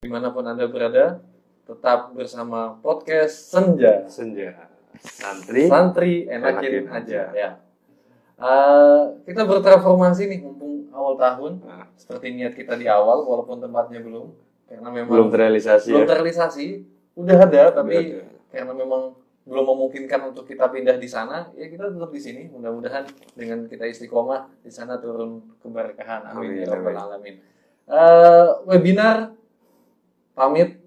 dimanapun Anda berada, tetap bersama podcast Senja. Santri enakin aja ya. Kita bertransformasi nih mumpung awal tahun. Seperti niat kita di awal, walaupun tempatnya belum, karena memang belum terrealisasi. Udah ada, tapi karena memang belum memungkinkan untuk kita pindah di sana, ya kita tetap di sini. Mudah-mudahan dengan kita istiqomah di sana turun keberkahan. Amin ya rabbal alamin. Webinar pamit.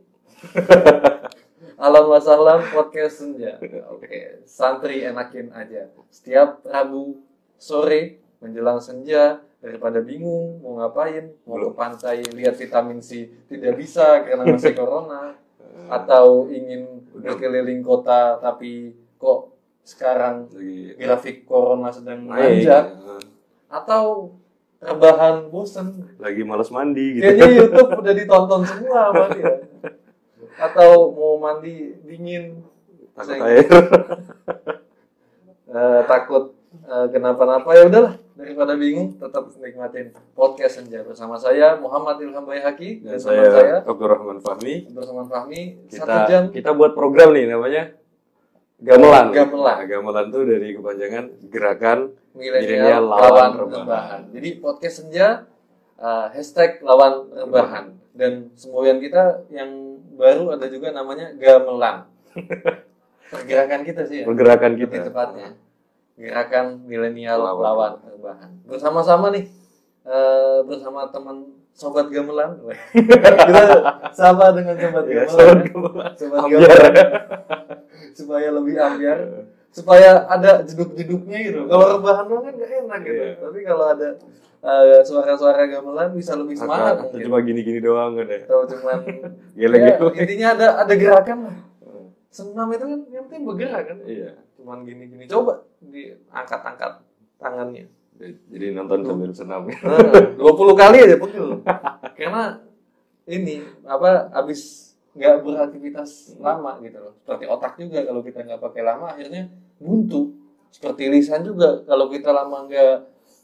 Alam wassalam podcast Senja. Oke, santri enakin aja. Setiap Rabu sore menjelang senja, daripada bingung mau ngapain, mau ke pantai lihat vitamin C tidak bisa karena masih corona, atau ingin berkeliling kota tapi kok sekarang grafik corona sedang melonjak, atau rebahan bosen, lagi malas mandi gitu. Kayaknya YouTube udah ditonton semua sama dia. Atau mau mandi dingin, takut air. Takut kenapa-napa, ya udahlah, daripada bingung tetap nikmatin podcast Senja bersama saya Muhammad Ilham Bayhaqi dan saya Abdurrahman Fahmi. Kita buat program nih namanya Gamelan. Gamelan tuh dari kepanjangan Gerakan Milenial Lawan Rebahan. Jadi podcast Senja hashtag lawan rebahan, dan semboyan kita yang baru ada juga namanya Gamelan. Pergerakan kita sih ya. Pergerakan kita. Lebih tepatnya. Gerakan Milenial Lawan Rebahan. Bersama-sama nih bersama teman Sobat Gamelan. Kita sama dengan Sobat Gamelan. Sobat Gamelan. Supaya lebih ambiar, supaya ada jeduk-jeduknya gitu. Kalau rebahan kan gak enak gitu. Tapi kalau ada suara-suara gamelan bisa lebih semangat. Atau cuma gini-gini doang kan ya. Atau cuma intinya ada gerakan lah. Senam itu kan yang penting bergerak kan. Iya. Cuman gini-gini, coba diangkat-angkat tangannya. Jadi nonton sambil senam. 20 kali aja pegel. Karena ini habis nggak beraktivitas lama gitu loh. Seperti otak juga, kalau kita nggak pakai lama akhirnya buntu. Seperti lisan juga, kalau kita lama nggak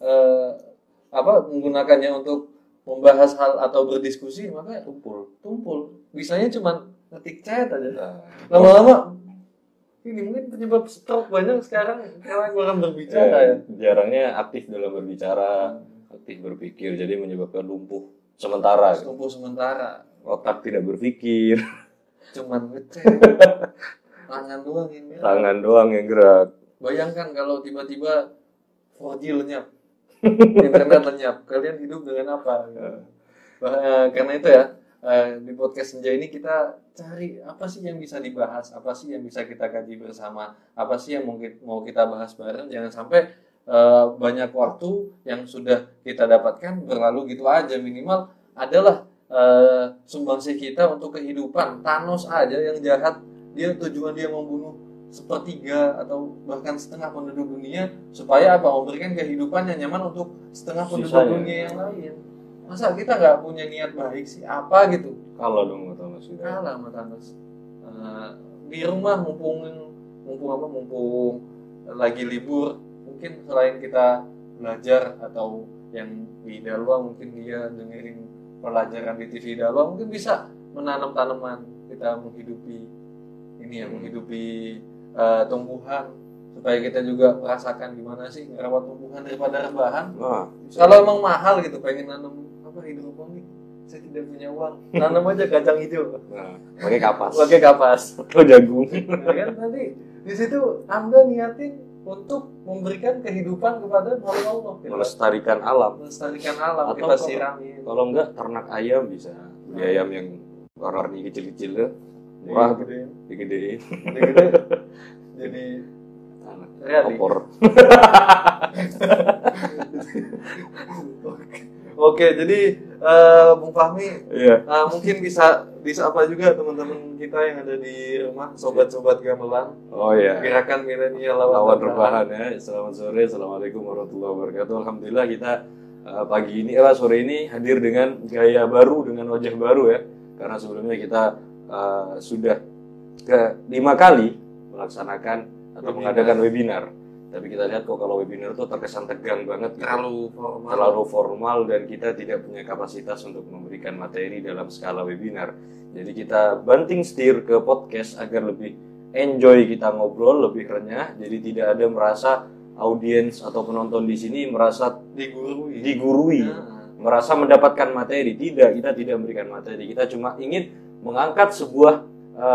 menggunakannya untuk membahas hal atau berdiskusi, maka tumpul. Bisanya cuma ngetik chat aja. Lama-lama ini mungkin penyebab stroke banyak sekarang karena kurang berbicara ya. Jarangnya aktif dalam berbicara, aktif berpikir, jadi menyebabkan lumpuh sementara. Lumpuh sementara. Otak tidak berpikir, cuman ngecek. Tangan doang yang gerak. Bayangkan kalau tiba-tiba 4G lenyap, internet lenyap, kalian hidup dengan apa? Karena itu ya, di podcast Senja ini kita cari apa sih yang bisa dibahas, apa sih yang bisa kita kaji bersama, apa sih yang mau kita bahas bareng. Jangan sampai banyak waktu yang sudah kita dapatkan berlalu gitu aja. Minimal adalah sumbangsi kita untuk kehidupan. Thanos aja yang jahat, tujuan dia membunuh sepertiga atau bahkan setengah penduduk dunia supaya memberikan kehidupan yang nyaman untuk setengah penduduk dunia yang lain. Masa kita nggak punya niat baik sih? Apa gitu? Kalah dong sama Thanos. Kalah sama Thanos. Di rumah mumpung lagi libur, mungkin selain kita belajar atau yang di Dalwa mungkin dia dengerin pelajaran di TV Dalwa, mungkin bisa menanam tanaman, kita menghidupi tumbuhan, supaya kita juga merasakan gimana sih merawat tumbuhan daripada rebahan. Kalau emang mahal gitu, pengen nanam hidroponik, saya tidak punya uang, nanam aja kacang hijau. Pakai kapas atau jagung. Kan nanti di situ Anda niatin untuk memberikan kehidupan kepada makhluk Allah, melestarikan alam, atau kita sirami. Kalau enggak ternak ayam bisa, beli ayam yang warna-warni kecil-kecil tuh, murah, digedein, jadi opor. Oke, jadi Bung Fahmi, mungkin bisa disapa juga teman-teman kita yang ada di rumah, sobat-sobat gamelan. Gerakan Milenial Lawan Rebahan ya. Selamat sore, assalamualaikum warahmatullahi wabarakatuh. Alhamdulillah kita sore ini hadir dengan gaya baru, dengan wajah baru ya. Karena sebelumnya kita sudah ke 5 kali melaksanakan atau mengadakan webinar. Tapi kita lihat kok kalau webinar tuh terkesan tegang banget gitu. Terlalu formal dan kita tidak punya kapasitas untuk memberikan materi dalam skala webinar. Jadi kita banting setir ke podcast agar lebih enjoy kita ngobrol, lebih renyah. Jadi tidak ada merasa audiens atau penonton di sini merasa digurui. Merasa mendapatkan materi. Tidak, kita tidak memberikan materi. Kita cuma ingin mengangkat sebuah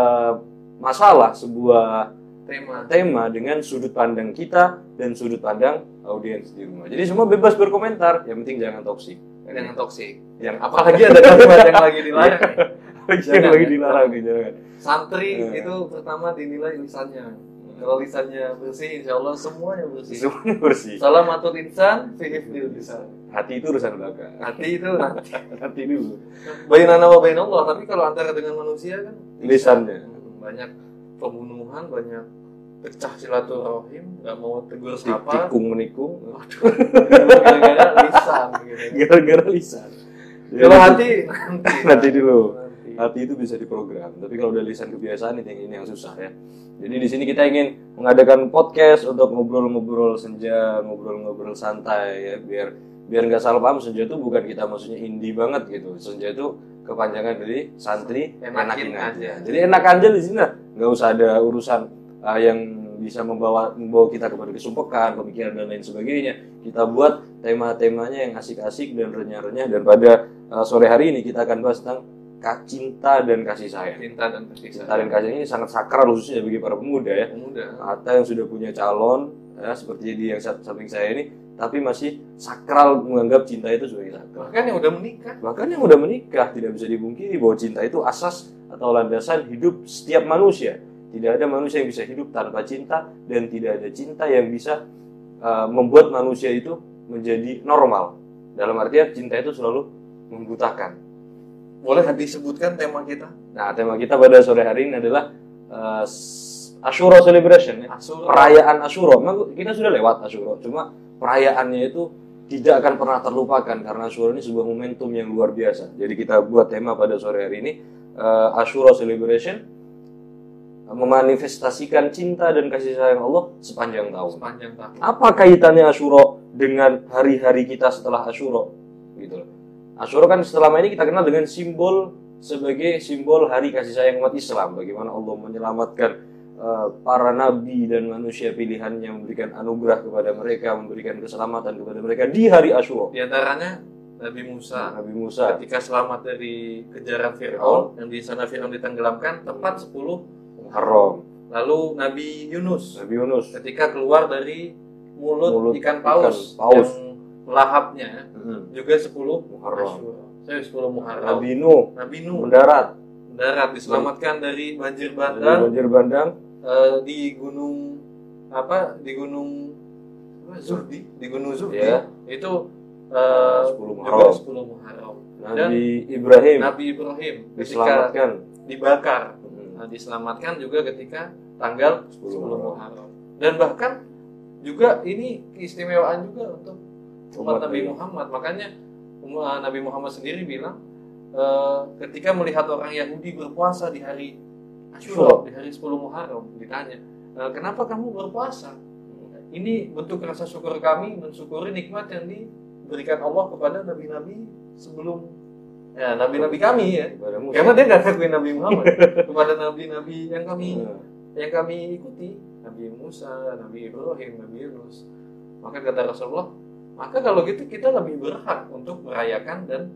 masalah, sebuah tema dengan sudut pandang kita dan sudut pandang audiens di rumah. Jadi semua bebas berkomentar, yang penting jangan toksik. Jangan toksik. Yang apalagi ada kalimat yang lagi dilarang. Yang lagi dilarang jangan. Santri itu pertama dinilai lisannya. Kalau lisannya bersih, insya Allah semuanya bersih. Semuanya bersih. Salamatul insan fi hifdzil lisan. Hati itu urusan belakang. Hati itu hati dulu. Bainana wa bainallah, tapi kalau antara dengan manusia kan lisannya. Banyak pembunuhan, banyak pecah silaturahim, nggak mau tegur sapa, tikung menikung, gara-gara lisan gitu. Gara-gara lisan. Kalau hati nanti dulu. Hati itu bisa diprogram, tapi kalau udah lisan kebiasaan ini yang susah ya. Jadi di sini kita ingin mengadakan podcast untuk ngobrol-ngobrol senja, ngobrol-ngobrol santai ya, biar nggak salah paham. Senja itu bukan kita maksudnya indie banget gitu. Senja itu kepanjangan dari santri enakin aja. Jadi enak aja di sini, nggak usah ada urusan yang bisa membawa kita kepada kesumpekan, pemikiran dan lain sebagainya. Kita buat tema-temanya yang asik-asik dan renyah-renyah. Dan pada sore hari ini kita akan bahas tentang cinta dan kasih sayang. Cinta dan kasih sayang ini sangat sakral khususnya bagi para pemuda ya. Atau yang sudah punya calon ya, seperti yang samping saya ini, tapi masih sakral menganggap cinta itu sebagai sakral. Bahkan yang udah menikah tidak bisa dipungkiri bahwa cinta itu asas atau landasan hidup setiap manusia. Tidak ada manusia yang bisa hidup tanpa cinta, dan tidak ada cinta yang bisa membuat manusia itu menjadi normal. Dalam artian cinta itu selalu membutakan. Boleh disebutkan tema kita? Nah, tema kita pada sore hari ini adalah Ashura Celebration ya. Perayaan Ashura. Memang kita sudah lewat Ashura, cuma perayaannya itu tidak akan pernah terlupakan karena Ashura ini sebuah momentum yang luar biasa. Jadi kita buat tema pada sore hari ini Ashura Celebration, memanifestasikan cinta dan kasih sayang Allah sepanjang tahun. Apa kaitannya Ashura dengan hari-hari kita setelah Ashura? Gitu loh. Ashura kan selama ini kita kenal dengan sebagai simbol hari kasih sayang umat Islam. Bagaimana Allah menyelamatkan para nabi dan manusia pilihannya, memberikan anugerah kepada mereka, memberikan keselamatan kepada mereka di hari Ashura. Di antaranya Nabi Musa ketika selamat dari kejaran Fir'aun, yang di sana Fir'aun ditenggelamkan tepat 10 Muharram. Lalu Nabi Yunus ketika keluar dari mulut ikan paus. Yang melahapnya juga 10 Muharram. 10 Muharram. Nabi Nuh mendarat diselamatkan dari banjir bandang di gunung Zuhdi, ya. Itu 10 Muharram. Nabi Ibrahim ketika dibakar. Diselamatkan juga ketika tanggal 10 Muharram. Dan bahkan juga ini keistimewaan juga untuk umat Nabi Muhammad. Makanya Nabi Muhammad sendiri bilang ketika melihat orang Yahudi berpuasa di hari Ashura, di hari 10 Muharram, ditanya, kenapa kamu berpuasa? Ini bentuk rasa syukur kami mensyukuri nikmat yang diberikan Allah kepada nabi-nabi sebelum nabi-nabi kami ya. Karena dia nggak ngakuin Nabi Muhammad. Kepada nabi-nabi yang kami ikuti, Nabi Musa, Nabi Ibrahim, Nabi Yunus. Maka kata Rasulullah, maka kalau gitu kita lebih berhak untuk merayakan dan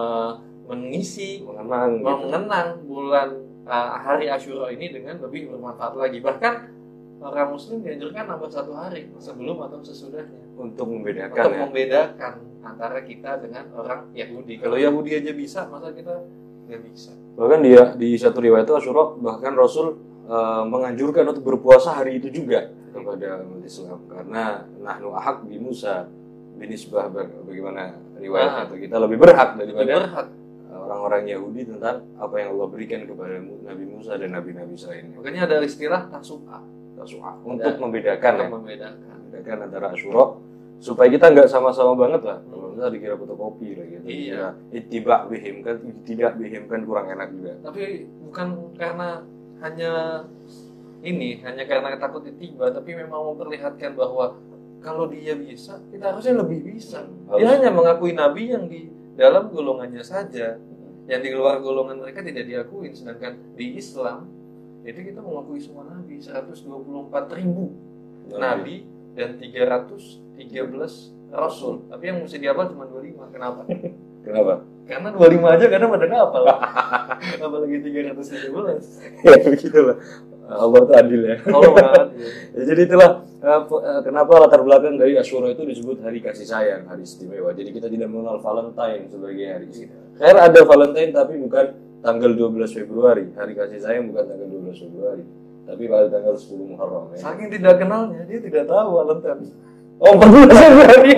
mengenang bulan hari Ashura ini dengan lebih bermanfaat lagi. Bahkan orang Muslim dianjurkan nambah 1 hari sebelum atau sesudahnya untuk membedakan antara kita dengan orang Yahudi. Kalau Yahudi aja bisa, masa kita nggak bisa? Bahkan di satu riwayat itu Ashura, bahkan Rasul menganjurkan untuk berpuasa hari itu juga kepada umat Islam, karena nahnu ahaq bi Musa binisbah, bagaimana riwayat itu kita lebih berhak daripada orang-orang Yahudi tentang apa yang Allah berikan kepada Nabi Musa dan nabi-nabi lainnya. Makanya ada istilah tasu'a untuk membedakan antara Ashura supaya kita nggak sama-sama banget lah. Kalau kita dikira fotokopi lah gitu. Iya. Tidak bihim kan kurang enak juga. Tapi bukan karena hanya ini hanya karena takut ditiba, tapi memang memperlihatkan bahwa kalau dia bisa, kita harusnya lebih bisa. Dia hanya mengakui nabi yang di dalam golongannya saja, yang di luar golongan mereka tidak diakui. Sedangkan di Islam itu kita mengakui semua nabi, 124.000 nabi dan 313 rasul. Tapi yang mesti dihafal cuma 25. Kenapa? Karena 25 aja kadang pada hafal. Apalagi 313. Ya begitulah. Allah itu adil ya. Ya, jadi itulah kenapa latar belakang dari Asyura itu disebut hari kasih sayang, hari istimewa. Jadi kita tidak mengenal Valentine sebagai hari istimewa. Karena ada Valentine tapi bukan tanggal 12 Februari. Hari kasih sayang bukan tanggal 12 Februari, tapi pada tanggal 10 Muharram. Ya. Saking tidak kenalnya, dia tidak tahu Valentine. Oh, 14 Februari.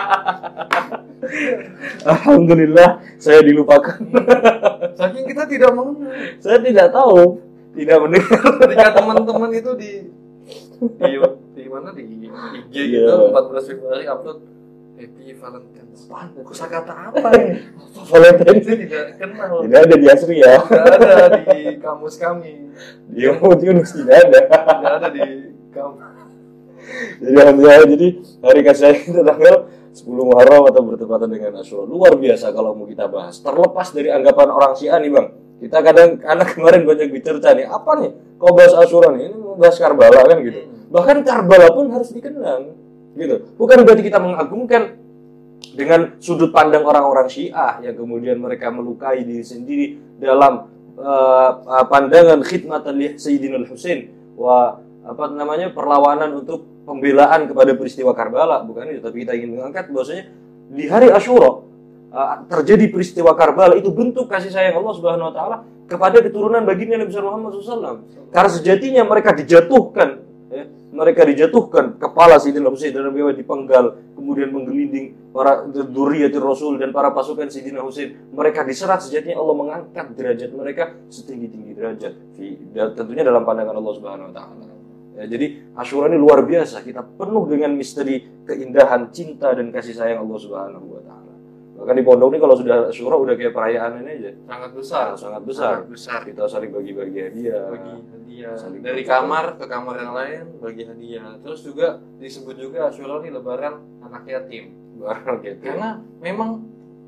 Alhamdulillah, saya dilupakan. Saking kita tidak mengenal. Saya tidak tahu, tidak mendengar. Ketika teman-teman itu di mana di IG gitu 14 Februari upload Happy Valentine. Kosakata apa ini? Valentine itu tidak kenal. Tidak ada di Asri ya. Tidak ada di kamus kami. Di Yunus tidak ada. Tidak ada di kamus. Jadi hari kasih sayang itu tanggal 10 Muharram atau bertepatan dengan Asyura. Luar biasa kalau mau kita bahas. Terlepas dari anggapan orang Syiah nih Bang. Kita kadang anak kemarin banyak bicara nih, apa nih? Kau bahas Asyura nih? Ini mau bahas Karbala kan gitu. Bahkan Karbala pun harus dikenang gitu. Bukan berarti kita mengagungkan dengan sudut pandang orang-orang Syiah yang kemudian mereka melukai diri sendiri dalam pandangan khidmatan li Sayyidina Al-Husain perlawanan untuk pembelaan kepada peristiwa Karbala, bukan itu, tapi kita ingin mengangkat bahwasanya di hari Asyura terjadi peristiwa Karbala itu bentuk kasih sayang Allah Subhanahu wa taala kepada keturunan baginda Nabi Muhammad SAW. Karena sejatinya mereka dijatuhkan kepala Sayyidina Husain dan Nabi dipenggal, kemudian menggelinding para dzurriyyatir Rasul dan para pasukan Sayyidina Husain. Mereka diserat, sejatinya Allah mengangkat derajat mereka setinggi-tinggi derajat. Tentunya dalam pandangan Allah Subhanahu wa taala. Ya, jadi Asyura ini luar biasa, kita penuh dengan misteri keindahan cinta dan kasih sayang Allah Subhanahu wa taala. Bahkan di pondok ini kalau sudah Asyura udah kayak perayaan ini aja. Sangat besar. Kita saling bagi-bagi hadiah. Dari kamar ke kamar yang lain bagi hadiah. Terus juga disebut juga Asyura ini lebaran anak yatim. Karena memang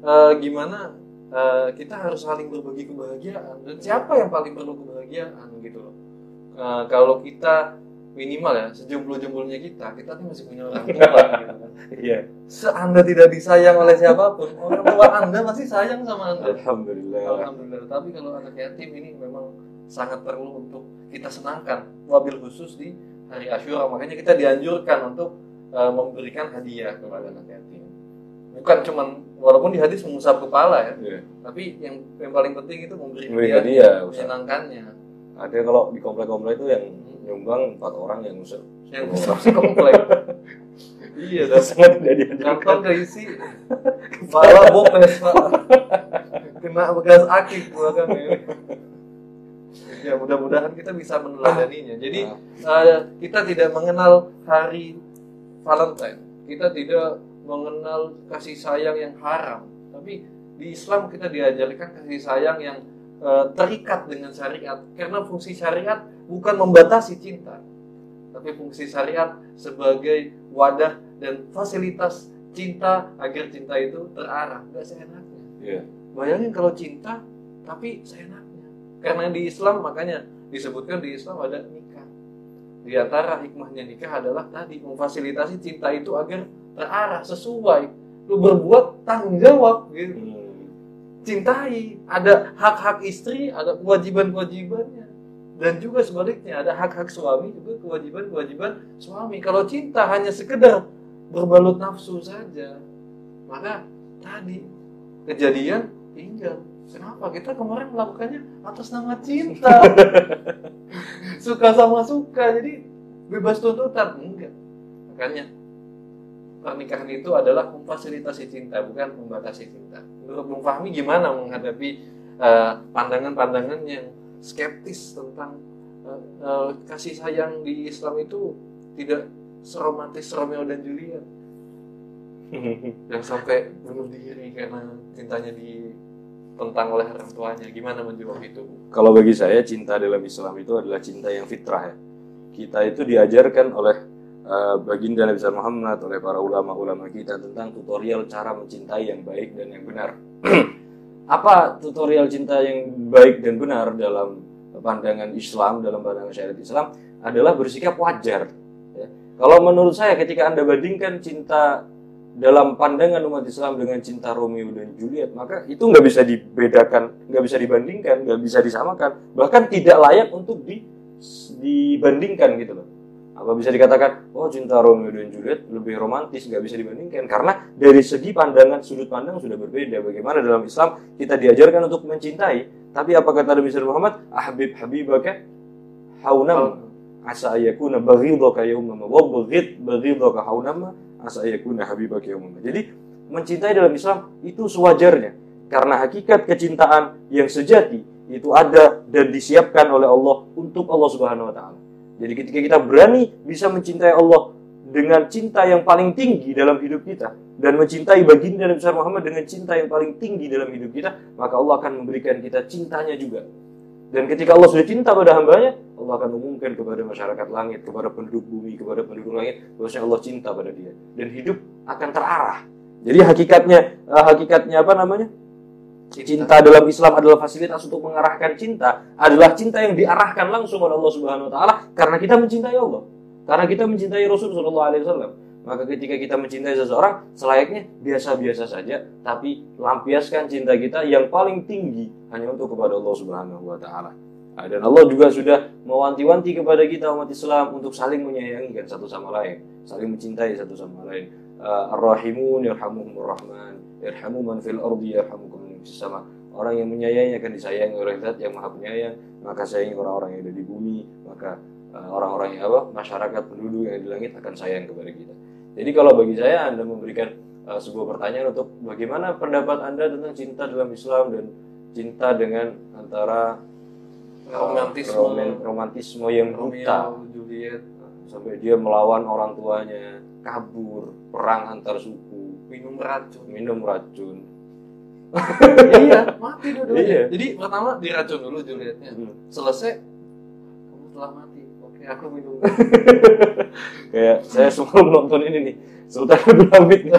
kita harus saling berbagi kebahagiaan, dan siapa yang paling perlu kebahagiaan gitu loh. Kalau kita minimal ya sejomblo-jomblolnya kita tuh masih punya orang tua gitu kan. Iya. Anda tidak disayang oleh siapapun, orang tua Anda masih sayang sama Anda. Alhamdulillah. Tapi kalau anak yatim ini memang sangat perlu untuk kita senangkan, wabil khusus di hari Asyura. Makanya kita dianjurkan untuk memberikan hadiah kepada anak yatim. Bukan cuman, walaupun di hadis mengusap kepala ya, tapi yang paling penting itu memberi hadiah, menyenangkannya. Ada kalau di komplek-komplek itu yang nyumbang 4 orang yang ngusap. Yang ngusap komplek. Iya, dan sangat tidak dianjurkan. Kantong keisi kepala bopes, Pak. Kena bekas akik belakangnya. Ya, mudah-mudahan kita bisa meneladaninya. Jadi kita tidak mengenal hari Valentine. Kita tidak mengenal kasih sayang yang haram. Tapi di Islam kita diajarkan kasih sayang yang terikat dengan syariat, karena fungsi syariat bukan membatasi cinta, tapi fungsi syariat sebagai wadah dan fasilitas cinta agar cinta itu terarah, nggak seenaknya. Bayangin kalau cinta tapi seenaknya, karena di Islam makanya disebutkan di Islam ada nikah. Di antara hikmahnya nikah adalah tadi memfasilitasi cinta itu agar terarah sesuai, lu berbuat tanggung jawab gitu. Cintai, ada hak-hak istri, ada kewajiban-kewajibannya, dan juga sebaliknya ada hak-hak suami, juga kewajiban-kewajiban suami. Kalau cinta hanya sekedar berbalut nafsu saja, maka tadi kejadian tinggal. Kenapa kita kemarin melakukannya atas nama cinta? Suka sama suka, jadi bebas tuntutan. Enggak. Makanya pernikahan itu adalah memfasilitasi cinta, bukan membatasi cinta. Menurut Bung Fahmi gimana menghadapi pandangan-pandangan yang skeptis tentang kasih sayang di Islam itu tidak seromantis Romeo dan Juliet yang sampai bunuh diri karena cintanya ditentang oleh orang tuanya. Gimana menjawab itu? Kalau bagi saya cinta dalam Islam itu adalah cinta yang fitrah ya. kita itu diajarkan oleh baginda Nabi Muhammad, oleh para ulama-ulama kita tentang tutorial cara mencintai yang baik dan yang benar. Apa tutorial cinta yang baik dan benar dalam pandangan Islam, dalam pandangan syariat Islam adalah bersikap wajar. Ya. Kalau menurut saya ketika Anda bandingkan cinta dalam pandangan umat Islam dengan cinta Romeo dan Juliet, maka itu nggak bisa dibedakan, nggak bisa dibandingkan, nggak bisa disamakan, bahkan tidak layak untuk dibandingkan gitu loh. Apa bisa dikatakan, oh cinta Romeo dan Juliet lebih romantis, nggak bisa dibandingkan, karena dari segi pandangan, sudut pandang sudah berbeda. Bagaimana dalam Islam kita diajarkan untuk mencintai, tapi apa kata Nabi Muhammad, ahbib habibaka haunam asa ayakuna baghidaka yawma wa baghidaka haunam asa yakuna habibaka yaumama. Jadi mencintai dalam Islam itu sewajarnya, karena hakikat kecintaan yang sejati itu ada dan disiapkan oleh Allah untuk Allah Subhanahu wa taala. Jadi ketika kita berani bisa mencintai Allah dengan cinta yang paling tinggi dalam hidup kita dan mencintai baginda Nabi Muhammad dengan cinta yang paling tinggi dalam hidup kita, maka Allah akan memberikan kita cintanya juga. Dan ketika Allah sudah cinta pada hambanya, Allah akan mengumumkan kepada masyarakat langit, kepada penduduk bumi, kepada penduduk langit, bahwasanya Allah cinta pada dia. Dan hidup akan terarah. Jadi hakikatnya apa namanya? Cinta dalam Islam adalah fasilitas untuk mengarahkan cinta, adalah cinta yang diarahkan langsung oleh Allah Subhanahu wa taala karena kita mencintai Allah. Karena kita mencintai Rasul sallallahu alaihi wasallam. Maka ketika kita mencintai seseorang, selayaknya biasa-biasa saja, tapi lampiaskan cinta kita yang paling tinggi hanya untuk kepada Allah Subhanahu wa taala. Dan Allah juga sudah mewanti-wanti kepada kita umat Islam untuk saling menyayangi kan satu sama lain, saling mencintai satu sama lain. Ar-rahimun yarhamuhumur rahman, yarhamu man fil ardi yarhamukum man fis sama. Orang yang menyayangi akan disayangi oleh Zat yang Maha Penyayang, maka sayangi orang-orang yang ada di bumi, maka orang-orang yang masyarakat penduduk yang di langit akan sayang kepada kita. Jadi kalau bagi saya Anda memberikan sebuah pertanyaan untuk bagaimana pendapat Anda tentang cinta dalam Islam dan cinta dengan antara romantisme yang buta, Juliet, sampai dia melawan orang tuanya, kabur, perang antar suku, minum racun. Iya, mati dulu. Iya. Jadi pertama diracun dulu Julietnya. Selesai, kamu telah mati. Oke, aku minum. Kayak saya sebelum nonton ini nih, Sultan Abdul Hamid nih.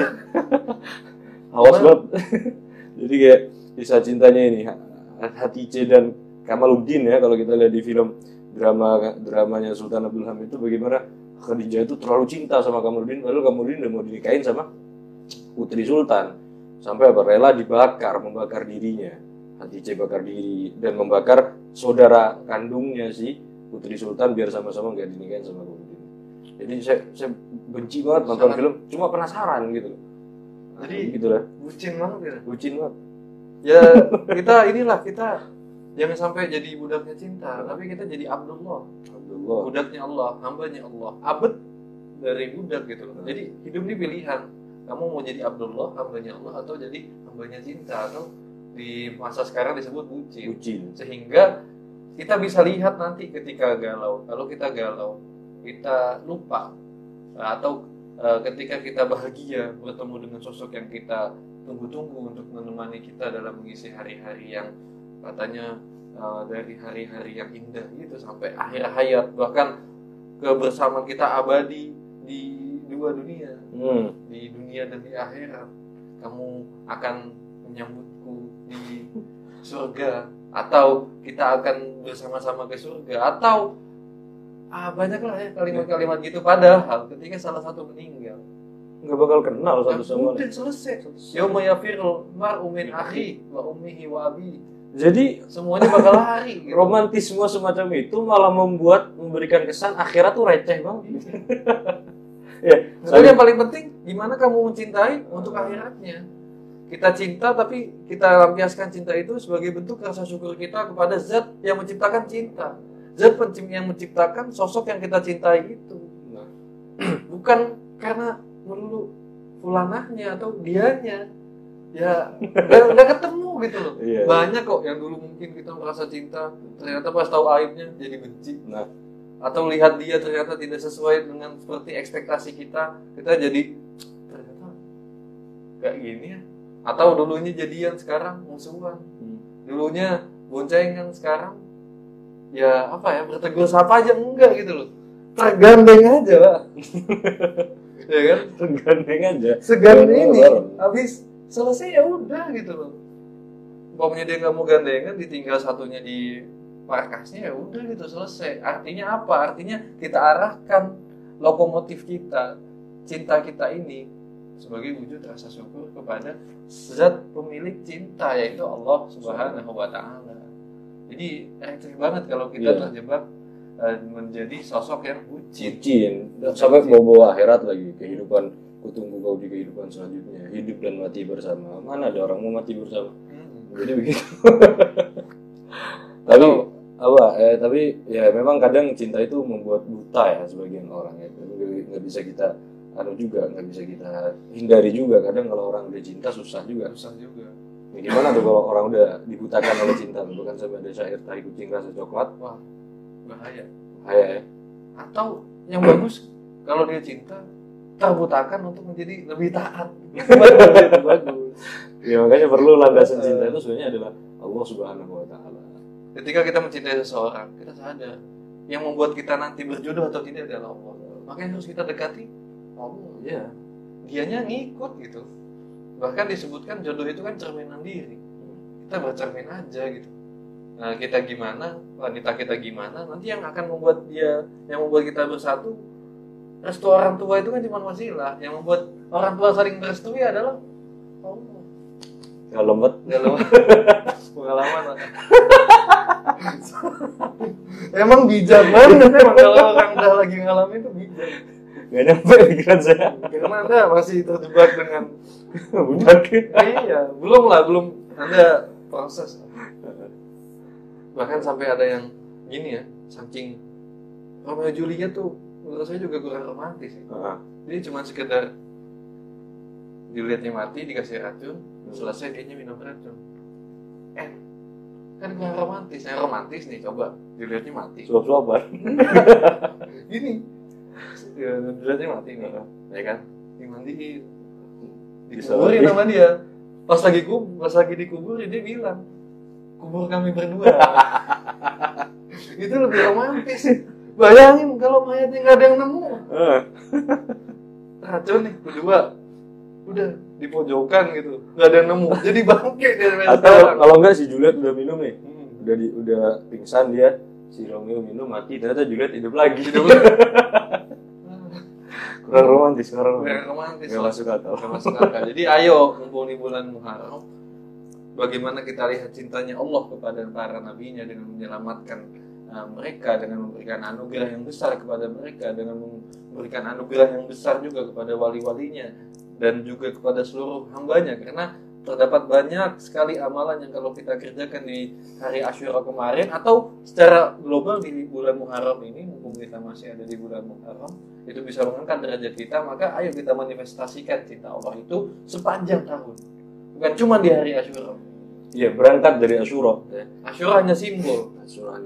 Awas banget. Jadi kayak kisah cintanya ini Hatice dan Kamaluddin ya, kalau kita lihat di film dramanya Sultan Abdul Hamid itu bagaimana Khadijah itu terlalu cinta sama Kamaluddin, padahal Kamaluddin udah mau dinikahin sama putri Sultan. Sampai rela membakar dirinya. Hatice bakar diri dan membakar saudara kandungnya si putri Sultan biar sama-sama nggak dinikahin sama Kamaluddin. Jadi saya benci banget nonton film, cuma penasaran gitu. Jadi gitu lah. Bucin banget ya. Bucin banget. Ya kita jangan sampai jadi budaknya cinta, tapi kita jadi Abdullah. Budaknya Allah, hambanya Allah. Abd dari budak gitu loh. Jadi hidup ini pilihan. Kamu mau jadi Abdullah, hambanya Allah, atau jadi hambanya cinta, atau di masa sekarang disebut bucin. Sehingga kita bisa lihat nanti ketika galau. Kalau kita galau, kita lupa, atau ketika kita bahagia bertemu dengan sosok yang kita tunggu-tunggu untuk menemani kita dalam mengisi hari-hari yang katanya dari hari-hari yang indah gitu sampai akhir hayat, bahkan kebersamaan kita abadi di dua dunia, di dunia dan di akhirat. Kamu akan menyambutku di surga, atau kita akan bersama-sama ke surga, atau banyaklah ya kalimat-kalimat gitu. Padahal ketika salah satu meninggal, nggak bakal kenal satu sama lain. Udah selesai. Yauma yafirul mar'u min akhi wa ummihi wa abi. Jadi semuanya bakal lari. Gitu. Romantisme semacam itu malah memberikan kesan akhirat tuh receh banget. Ya, tapi yang paling penting gimana kamu mencintai untuk akhiratnya. Kita cinta tapi kita lampiaskan cinta itu sebagai bentuk rasa syukur kita kepada Zat yang menciptakan cinta. Zat yang menciptakan sosok yang kita cintai itu. Bukan karena melulu fulanahnya atau dianya. Ya, nggak ketemu gitu loh. Iya, banyak kok yang dulu mungkin kita merasa cinta, ternyata pas tahu aibnya jadi benci. Atau lihat dia ternyata tidak sesuai dengan seperti ekspektasi kita jadi ternyata kayak gini ya. Atau dulunya jadian sekarang musuhan. Dulunya boncengan sekarang ya bertegur sapa aja enggak gitu loh. tergandeng aja Pak. Ya kan, tergandeng aja, segandeng ini habis selesai ya udah gitu loh. Pokoknya dia nggak mau gandengan, ditinggal satunya di markasnya ya udah gitu selesai. Artinya apa? Artinya kita arahkan lokomotif kita, cinta kita ini sebagai wujud rasa syukur kepada zat pemilik cinta, yaitu Allah Subhanahu wa Ta'ala. Jadi ekstrim banget kalau kita terjebak menjadi sosok yang bucin. Sampai bawa akhirat lagi, kehidupan kutunggu kau di kehidupan selanjutnya, hidup dan mati bersama. Mana ada orang mau mati bersama? Jadi begitu. Tapi ya memang kadang cinta itu membuat buta ya sebagian orang ya. Nggak bisa kita nggak bisa kita hindari juga. Kadang kalau orang udah cinta susah juga. Ya, gimana tuh kalau orang udah dibutakan oleh cinta? Bukan sampai ada syair tai kucing rasa coklat. Wah, bahaya ya. Atau yang bagus kalau dia cinta terbutakan untuk menjadi lebih taat. Bagus. Ya makanya perlu landasan cinta itu sebenarnya adalah Allah Subhanahu wa Ta'ala. Ketika kita mencintai seseorang, kita sadar yang membuat kita nanti berjodoh atau tidak adalah Allah. Makanya harus kita dekati Allah. Ya, dianya ngikut gitu. Bahkan disebutkan jodoh itu kan cerminan diri. Kita bercermin aja gitu. Nah, kita gimana, wanita kita gimana, nanti yang akan membuat kita bersatu. Restu orang tua itu kan cuma wasilah. Yang membuat orang tua saling merestui adalah Allah. Gak lemot. Pengalaman. Emang bijak banget. Emang kalau orang udah lagi ngalamin itu bijak. Gak nyampe pikiran saya. Karena Anda masih terjebak dengan budak. Iya, belum Anda proses. Bahkan sampai ada yang gini ya, saking Romeo Juliet tuh menurut saya juga kurang romantis sih. Dia cuma sekedar Julietnya mati dikasih racun, selesai dianya minum racun. Kan kurang romantis. Yang romantis nih coba Julietnya mati. Suap-suapan. Gini. Julietnya mati nih, ya kan? Dimandiin. Dikuburin sama dia. Pas lagi dikuburin dia bilang, kubur kami berdua. Itu lebih romantis. Bayangin kalau mayatnya nggak ada yang nemu. Racun nih berdua. Udah di pojokan gitu, nggak ada yang nemu, jadi bangke dia. Atau kalau enggak si Juliet udah minum nih, udah pingsan dia, si Romeo minum mati, ternyata Juliet hidup lagi. Kurang romantis. Nggak masuk akal. Jadi ayo mumpung di bulan Muharram, bagaimana kita lihat cintanya Allah kepada para nabinya dengan menyelamatkan mereka, dengan memberikan anugerah yang besar kepada mereka, dengan memberikan anugerah yang besar juga kepada wali-walinya dan juga kepada seluruh hambanya, karena terdapat banyak sekali amalan yang kalau kita kerjakan di hari Asyura kemarin atau secara global di bulan Muharram ini, mumpung kita masih ada di bulan Muharram, itu bisa mengangkat derajat kita. Maka ayo kita manifestasikan cinta Allah itu sepanjang tahun, bukan cuma di hari Asyura. Iya, berangkat dari Asyura. Asyura hanya simbol.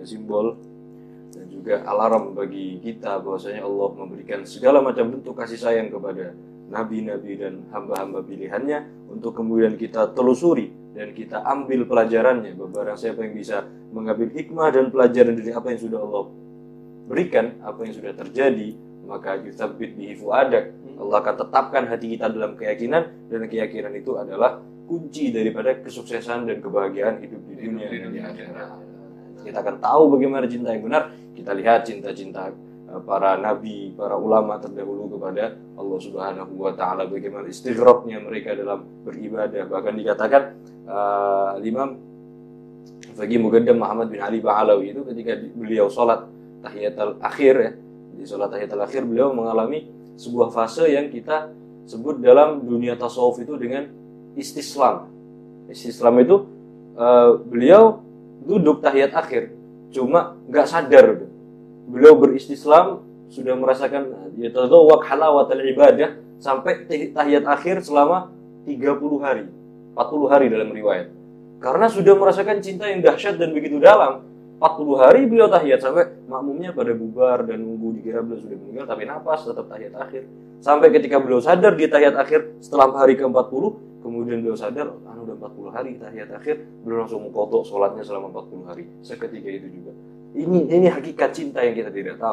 Dan juga alarm bagi kita bahwasanya Allah memberikan segala macam bentuk kasih sayang kepada nabi-nabi dan hamba-hamba pilihannya, untuk kemudian kita telusuri dan kita ambil pelajarannya. Barang siapa yang bisa mengambil hikmah dan pelajaran dari apa yang sudah Allah berikan, apa yang sudah terjadi, maka yutsabbit bihi fuadak. Allah akan tetapkan hati kita dalam keyakinan, dan keyakinan itu adalah kunci daripada kesuksesan dan kebahagiaan hidup di dunia dan di akhirat. Kita akan tahu bagaimana cinta yang benar. Kita lihat cinta-cinta para nabi, para ulama terdahulu kepada Allah Subhanahu wa Ta'ala, bagaimana istighraqnya mereka dalam beribadah. Bahkan dikatakan Imam Faqih Muqaddam Muhammad bin Ali Ba'alawi itu ketika beliau sholat tahiyatul akhir ya, di sholat tahiyatul akhir beliau mengalami sebuah fase yang kita sebut dalam dunia tasawuf itu dengan istislam. Istislam itu beliau duduk tahiyat akhir cuma nggak sadar. Beliau beristislam, sudah merasakan yatadzawwaq halawatul ibadah sampai tahiyat akhir selama 30 hari, 40 hari dalam riwayat. Karena sudah merasakan cinta yang dahsyat dan begitu dalam. 40 hari beliau tahiyat sampai makmumnya pada bubar dan nunggu, dikira beliau sudah meninggal tapi nafas tetap tahiyat akhir. Sampai ketika beliau sadar di tahiyat akhir setelah hari ke-40, kemudian beliau sadar udah 40 hari tahiyat akhir, beliau langsung mengqadha salatnya selama 40 hari. Seketika itu juga. Ini hakikat cinta yang kita tidak tahu.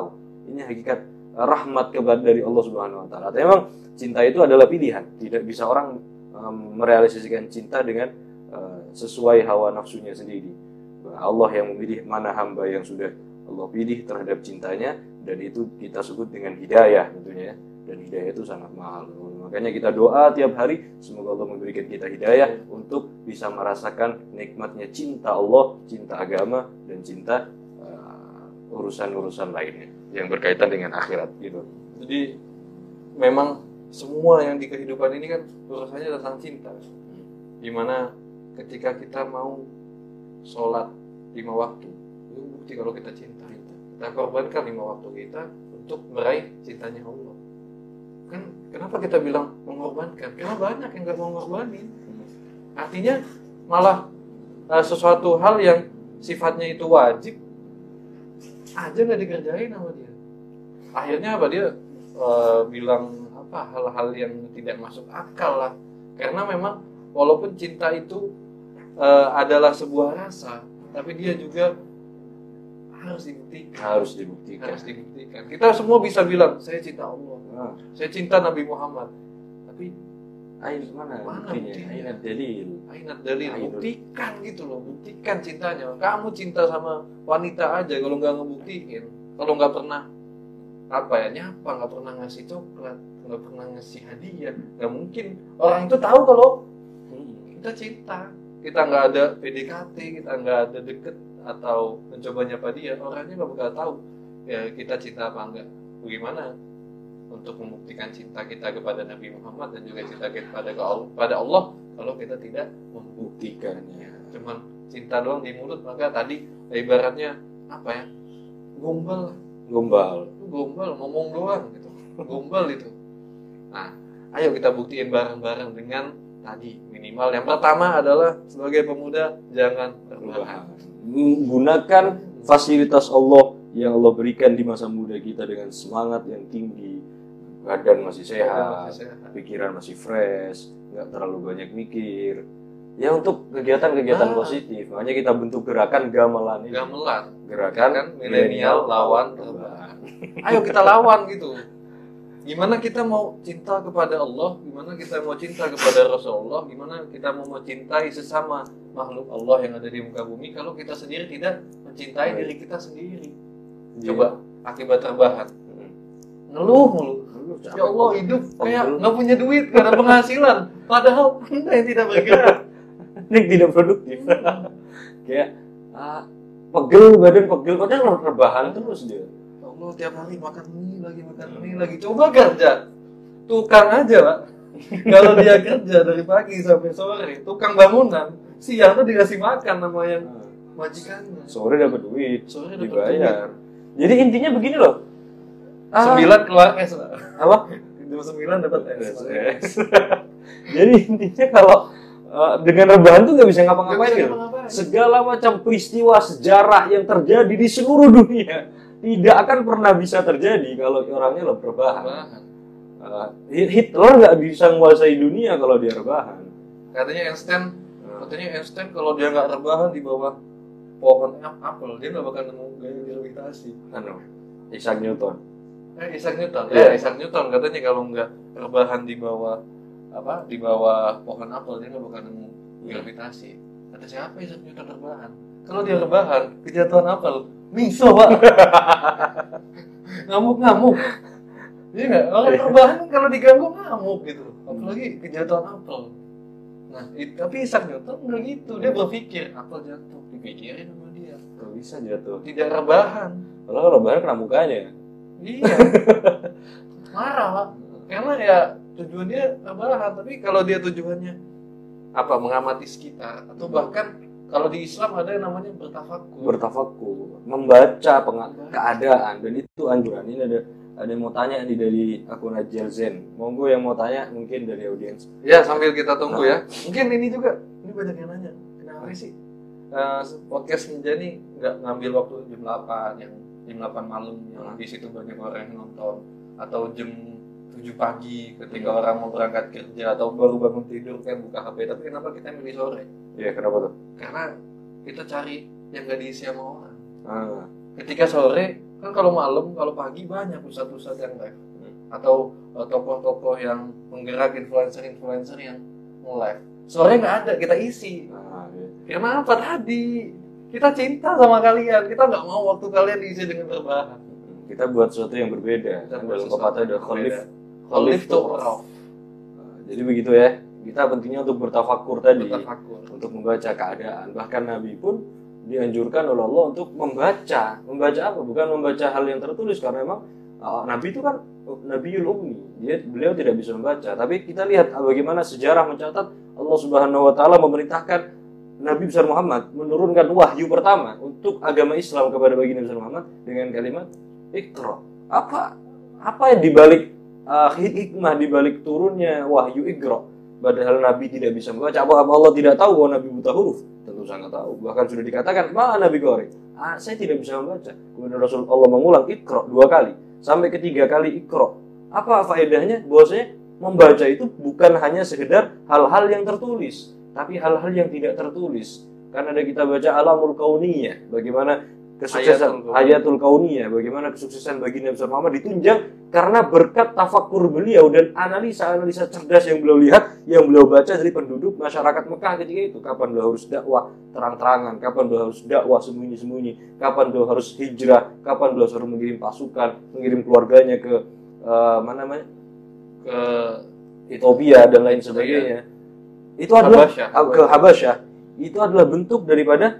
ini hakikat rahmat dari Allah Subhanahu wa taala. Memang cinta itu adalah pilihan. Tidak bisa orang merealisasikan cinta dengan sesuai hawa nafsunya sendiri. Allah yang memilih mana hamba yang sudah Allah pilih terhadap cintanya, dan itu kita sebut dengan hidayah tentunya. Dan hidayah itu sangat mahal. Makanya kita doa tiap hari semoga Allah memberikan kita hidayah untuk bisa merasakan nikmatnya cinta Allah, cinta agama, dan cinta urusan-urusan lainnya yang berkaitan dengan akhirat gitu. Jadi memang semua yang di kehidupan ini kan urusannya tentang cinta. Dimana ketika kita mau sholat 5 waktu, itu bukti kalau kita cinta. Kita korbankan 5 waktu kita untuk meraih cintanya Allah. Kan kenapa kita bilang mengorbankan? Karena banyak yang nggak mau ngorbanin. Artinya malah sesuatu hal yang sifatnya itu wajib aja nggak dikerjain sama dia. Akhirnya apa dia bilang apa hal-hal yang tidak masuk akal lah. Karena memang walaupun cinta itu adalah sebuah rasa, tapi dia juga harus dibuktikan. Kita semua bisa bilang saya cinta Allah, saya cinta Nabi Muhammad, tapi mana buktinya? Ainat dalil. Buktikan gitu loh, buktikan cintanya. Kamu cinta sama wanita aja kalau nggak ngebuktiin, kalau nggak pernah nyapa, nggak pernah ngasih coklat, nggak pernah ngasih hadiah, nggak mungkin orang itu tahu kalau kita cinta. Kita nggak ada PDKT, kita nggak ada deket atau mencoba nyapa dia, orangnya nggak bakal tahu ya kita cinta apa enggak. Bagaimana untuk membuktikan cinta kita kepada Nabi Muhammad dan juga cinta kita pada Allah kalau kita tidak membuktikannya? Cuman cinta doang di mulut, maka tadi ibaratnya apa ya, gombal ngomong doang gitu, gombal itu. Nah, ayo kita buktiin bareng-bareng dengan tadi minimal yang pertama adalah sebagai pemuda jangan berlebihan. Gunakan fasilitas Allah yang Allah berikan di masa muda kita dengan semangat yang tinggi, badan masih sehat, pikiran masih fresh, nggak terlalu banyak mikir. Ya untuk kegiatan-kegiatan positif. Makanya kita bentuk gerakan gamelan ini. Gerakan milenial lawan perubahan. Ayo kita lawan gitu. Gimana kita mau cinta kepada Allah, gimana kita mau cinta kepada Rasulullah, gimana kita mau mencintai sesama makhluk Allah yang ada di muka bumi kalau kita sendiri tidak mencintai diri kita sendiri. Coba akibat rebahan. Ngeluh mulu. Ya Allah, hidup kayak nggak punya duit, nggak ada penghasilan. Padahal Anda yang tidak bergerak. Ini tidak produktif. Kayak badan pegel, padahal rebahan terus dia. Allah tiap hari makan mie lagi. Coba kerja. Tukang aja, Pak. Kalau dia kerja dari pagi sampai sore, tukang bangunan, siang tuh dikasih makan sama yang majikannya. Sore dapat duit, dibayar. Jadi intinya begini loh. 9 keluar S. Apa? 9 dapat S. Jadi intinya kalau dengan rebahan tuh nggak bisa ngapa-ngapain gitu. Segala macam peristiwa sejarah yang terjadi di seluruh dunia tidak akan pernah bisa terjadi kalau orangnya rebahan. Hitler nggak bisa menguasai dunia kalau dia rebahan. Katanya Einstein kalau dia nggak rebahan di bawah pohon apel, dia nggak bakal nemu gaya gravitasi. Isaac Newton. Isaac Newton katanya kalau nggak rebahan di bawah pohon apel dia nggak bakal nemu gravitasi. Kata siapa Isaac Newton rebahan? Kalau dia rebahan kejatuhan apel, miso Pak. Ngamuk. Iya nggak? Orang rebahan kalau diganggu ngamuk gitu. Apalagi kejatuhan apel. Nah, tapi Isaac Newton nggak gitu. Dia berpikir apel jatuh, dipikirin sama dia. Kok bisa jatuh? Tidak rebahan. Kalau rebahan kena mukanya. Iya. Marah Pak. Karena ya tujuan dia rebahan, tapi kalau dia tujuannya mengamati sekitar atau bahkan kalau di Islam ada yang namanya bertafakur, membaca keadaan, dan itu anjuran. Ini ada yang mau tanya nih dari akun Ajel Zen. Monggo yang mau tanya mungkin dari audiens. Ya, sambil kita tunggu ya. Mungkin ini banyak yang nanya. Kenapa sih podcast Menjani nggak ngambil waktu jam 8 yang jam 8 malam yang di situ banyak orang yang nonton, atau jam 7 pagi ketika orang mau berangkat kerja atau baru bangun tidur kan buka HP, tapi kenapa kita milih sore? Iya, kenapa tuh? Karena kita cari yang gak diisi sama orang. Ketika sore Kan kalau malam, kalau pagi banyak ustadz-ustadz yang live atau tokoh-tokoh yang menggerak influencer-influencer yang nge-live. Sore nggak ada, kita isi. Karena apa tadi? Kita cinta sama kalian, kita nggak mau waktu kalian diisi dengan rebahan. Kita buat sesuatu yang berbeda. Dalam pepatah ada khalif tu'raf. Jadi begitu ya. Kita pentingnya untuk bertafakur tadi, untuk membaca keadaan. Bahkan Nabi pun dianjurkan oleh Allah untuk membaca. Membaca apa? Bukan membaca hal yang tertulis, karena memang Nabi itu kan Nabiul Ummi. Beliau tidak bisa membaca. Tapi kita lihat bagaimana sejarah mencatat Allah Subhanahu wa taala memerintahkan Nabi besar Muhammad menurunkan wahyu pertama untuk agama Islam kepada baginda besar Muhammad dengan kalimat Iqra. Apa yang dibalik hikmah dibalik turunnya wahyu Iqra? Padahal Nabi tidak bisa membaca. Apa Allah tidak tahu bahwa Nabi buta huruf? Tentu sangat tahu. Bahkan sudah dikatakan, "Ma Nabi Qori." Saya tidak bisa membaca. Kemudian Rasulullah mengulang Iqra 2 kali. Sampai ketiga kali Iqra. Apa faedahnya? Bahwasanya membaca itu bukan hanya sekedar hal-hal yang tertulis, tapi hal-hal yang tidak tertulis. Karena ada kita baca Alamul Kauniyah, bagaimana kesuksesan Hayatul Kauniyah, bagaimana kesuksesan baginda besar Muhammad ditunjang karena berkat tafakur beliau dan analisa-analisa cerdas yang beliau lihat, yang beliau baca dari penduduk masyarakat Mekah ketika itu. Kapan beliau harus dakwah terang-terangan, kapan beliau harus dakwah sembunyi-sembunyi, kapan beliau harus hijrah, kapan beliau harus mengirim pasukan, mengirim keluarganya ke ke Ethiopia dan lain sebagainya. Itu adalah ke Habasyah. Itu adalah bentuk daripada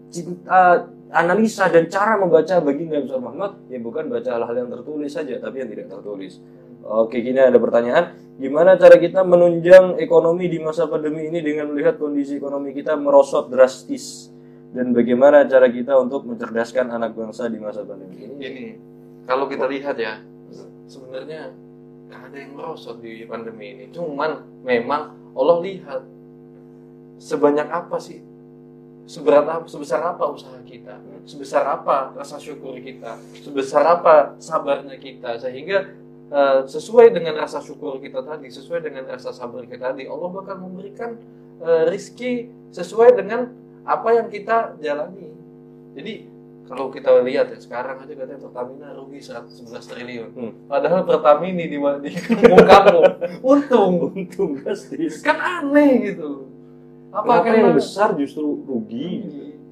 analisa dan cara membaca baginda besar Muhammad, ya bukan baca hal-hal yang tertulis saja, tapi yang tidak tertulis. Oke, gini ada pertanyaan, gimana cara kita menunjang ekonomi di masa pandemi ini dengan melihat kondisi ekonomi kita merosot drastis, dan bagaimana cara kita untuk mencerdaskan anak bangsa di masa pandemi ini? Ini kalau kita lihat ya, sebenarnya nggak ada yang merosot di pandemi ini, cuman memang Allah lihat sebanyak apa sih, sebesar apa usaha kita, sebesar apa rasa syukur kita, sebesar apa sabarnya kita, sehingga sesuai dengan rasa syukur kita tadi, sesuai dengan rasa sabar kita tadi, Allah bakal memberikan rizki sesuai dengan apa yang kita jalani. Jadi kalau kita lihat ya, sekarang aja katanya Pertamina rugi 111 triliun. Padahal Pertamina di kampung untung drastis. Kan aneh gitu. Apa yang besar justru rugi?